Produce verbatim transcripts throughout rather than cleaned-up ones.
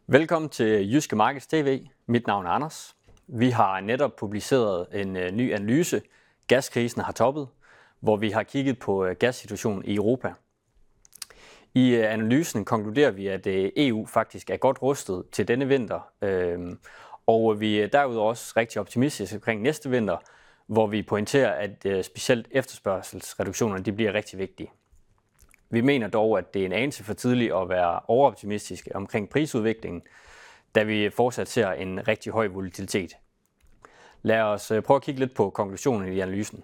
Velkommen til Jyske Markeds T V. Mit navn er Anders. Vi har netop publiceret en ny analyse, Gaskrisen har toppet, hvor vi har kigget på gassituationen i Europa. I analysen konkluderer vi, at E U faktisk er godt rustet til denne vinter, og vi er derudover også rigtig optimistiske omkring næste vinter, hvor vi pointerer, at specielt efterspørgselsreduktionerne de bliver rigtig vigtige. Vi mener dog, at det er en anelse for tidligt at være overoptimistiske omkring prisudviklingen, da vi fortsat ser en rigtig høj volatilitet. Lad os prøve at kigge lidt på konklusionen i analysen.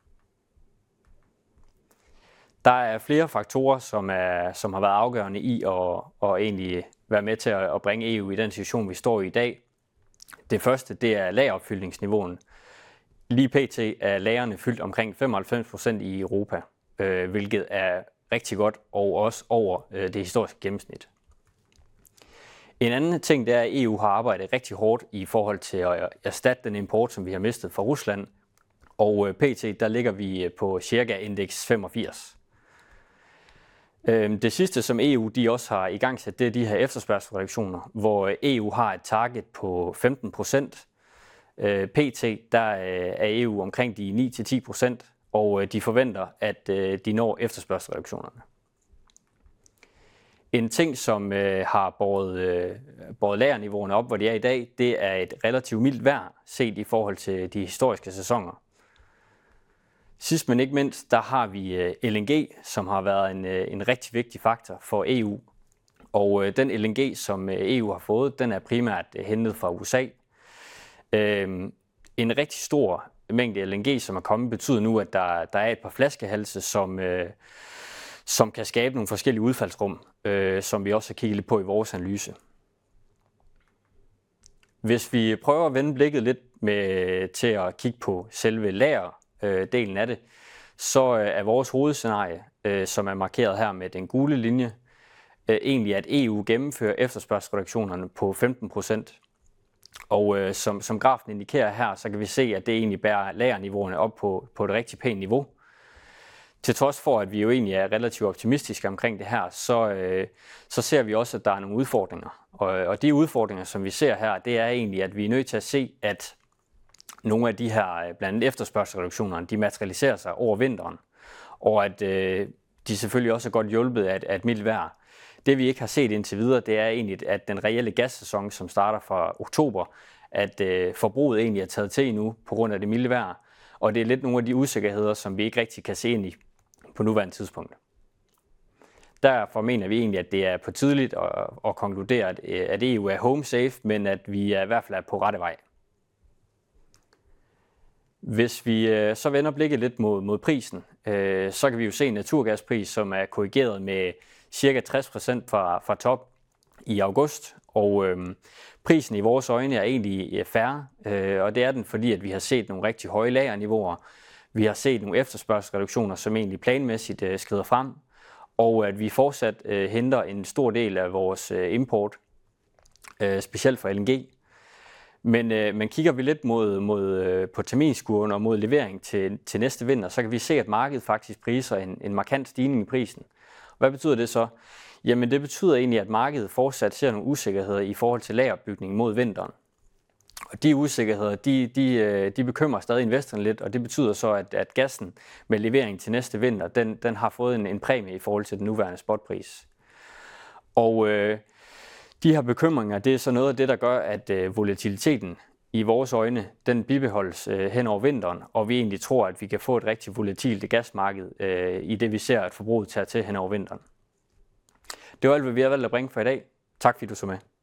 Der er flere faktorer, som, er, som har været afgørende i at, at egentlig være med til at bringe E U i den situation, vi står i i dag. Det første det er lageropfyldningsniveauen. Lige pt. Er lagerne fyldt omkring femoghalvfems procent i Europa, øh, hvilket er rigtig godt og også over øh, det historiske gennemsnit. En anden ting det er, at E U har arbejdet rigtig hårdt i forhold til at erstatte den import, som vi har mistet fra Rusland. Og øh, pt. Der ligger vi på cirka indeks femogfirs. Øh, det sidste, som E U de også har igangsat, det er de her efterspørgselsreduktioner, hvor E U har et target på femten procent. Øh, pt. Der er E U omkring de ni til ti procent. Og de forventer, at de når efterspørgselsreduktionerne. En ting, som har båret, båret lagerniveauerne op, hvor de er i dag, det er et relativt mildt vejr, set i forhold til de historiske sæsoner. Sidst men ikke mindst, der har vi L N G, som har været en, en rigtig vigtig faktor for E U. Og den L N G, som E U har fået, den er primært hentet fra U S A. En rigtig stor mængde L N G, som er kommet, betyder nu, at der, der er et par flaskehalse, som, øh, som kan skabe nogle forskellige udfaldsrum, øh, som vi også har kigget lidt på i vores analyse. Hvis vi prøver at vende blikket lidt med, til at kigge på selve lagerdelen af det, så er vores hovedscenarie, øh, som er markeret her med den gule linje, øh, egentlig at E U gennemfører efterspørgselsreduktionerne på femten procent. Og øh, som, som grafen indikerer her, så kan vi se, at det egentlig bærer lagerniveauerne op på, på et rigtig pænt niveau. Til trods for, at vi jo egentlig er relativt optimistiske omkring det her, så, øh, så ser vi også, at der er nogle udfordringer. Og, og de udfordringer, som vi ser her, det er egentlig, at vi er nødt til at se, at nogle af de her, blandt andet efterspørgselsreduktionerne, de materialiserer sig over vinteren. Og at øh, de selvfølgelig også er godt hjulpet af, af et mildt vejr. Det vi ikke har set indtil videre, det er egentlig, at den reelle gassæson, som starter fra oktober, at øh, forbruget egentlig er taget til nu på grund af det milde vejr. Og det er lidt nogle af de usikkerheder, som vi ikke rigtig kan se ind i på nuværende tidspunkt. Derfor mener vi egentlig, at det er på tidligt at, at konkludere, at, at E U er home safe, men at vi er i hvert fald er på rette vej. Hvis vi øh, så vender blikket lidt mod, mod prisen, øh, så kan vi jo se en naturgaspris, som er korrigeret med cirka tres procent fra, fra top i august, og øh, prisen i vores øjne er egentlig fair, øh, og det er den, fordi at vi har set nogle rigtig høje lagerniveauer, vi har set nogle efterspørgselsreduktioner, som egentlig planmæssigt øh, skrider frem, og at vi fortsat øh, henter en stor del af vores øh, import, øh, specielt for L N G. Men, øh, men kigger vi lidt mod, mod, øh, på terminskurven og mod levering til, til næste vinter, så kan vi se, at markedet faktisk priser en, en markant stigning i prisen. Hvad betyder det så? Jamen det betyder egentlig, at markedet fortsat ser nogle usikkerheder i forhold til lagerbygning mod vinteren. Og de usikkerheder, de, de, de bekymrer stadig investorerne lidt, og det betyder så, at, at gassen med levering til næste vinter, den, den har fået en, en præmie i forhold til den nuværende spotpris. Og øh, de her bekymringer, det er så noget af det, der gør, at øh, volatiliteten i vores øjne, den bibeholdes øh, hen over vinteren, og vi egentlig tror, at vi kan få et rigtig volatilt gasmarked øh, i det, vi ser, at forbruget tager til hen over vinteren. Det var alt, hvad vi har valgt at bringe for i dag. Tak fordi du så med.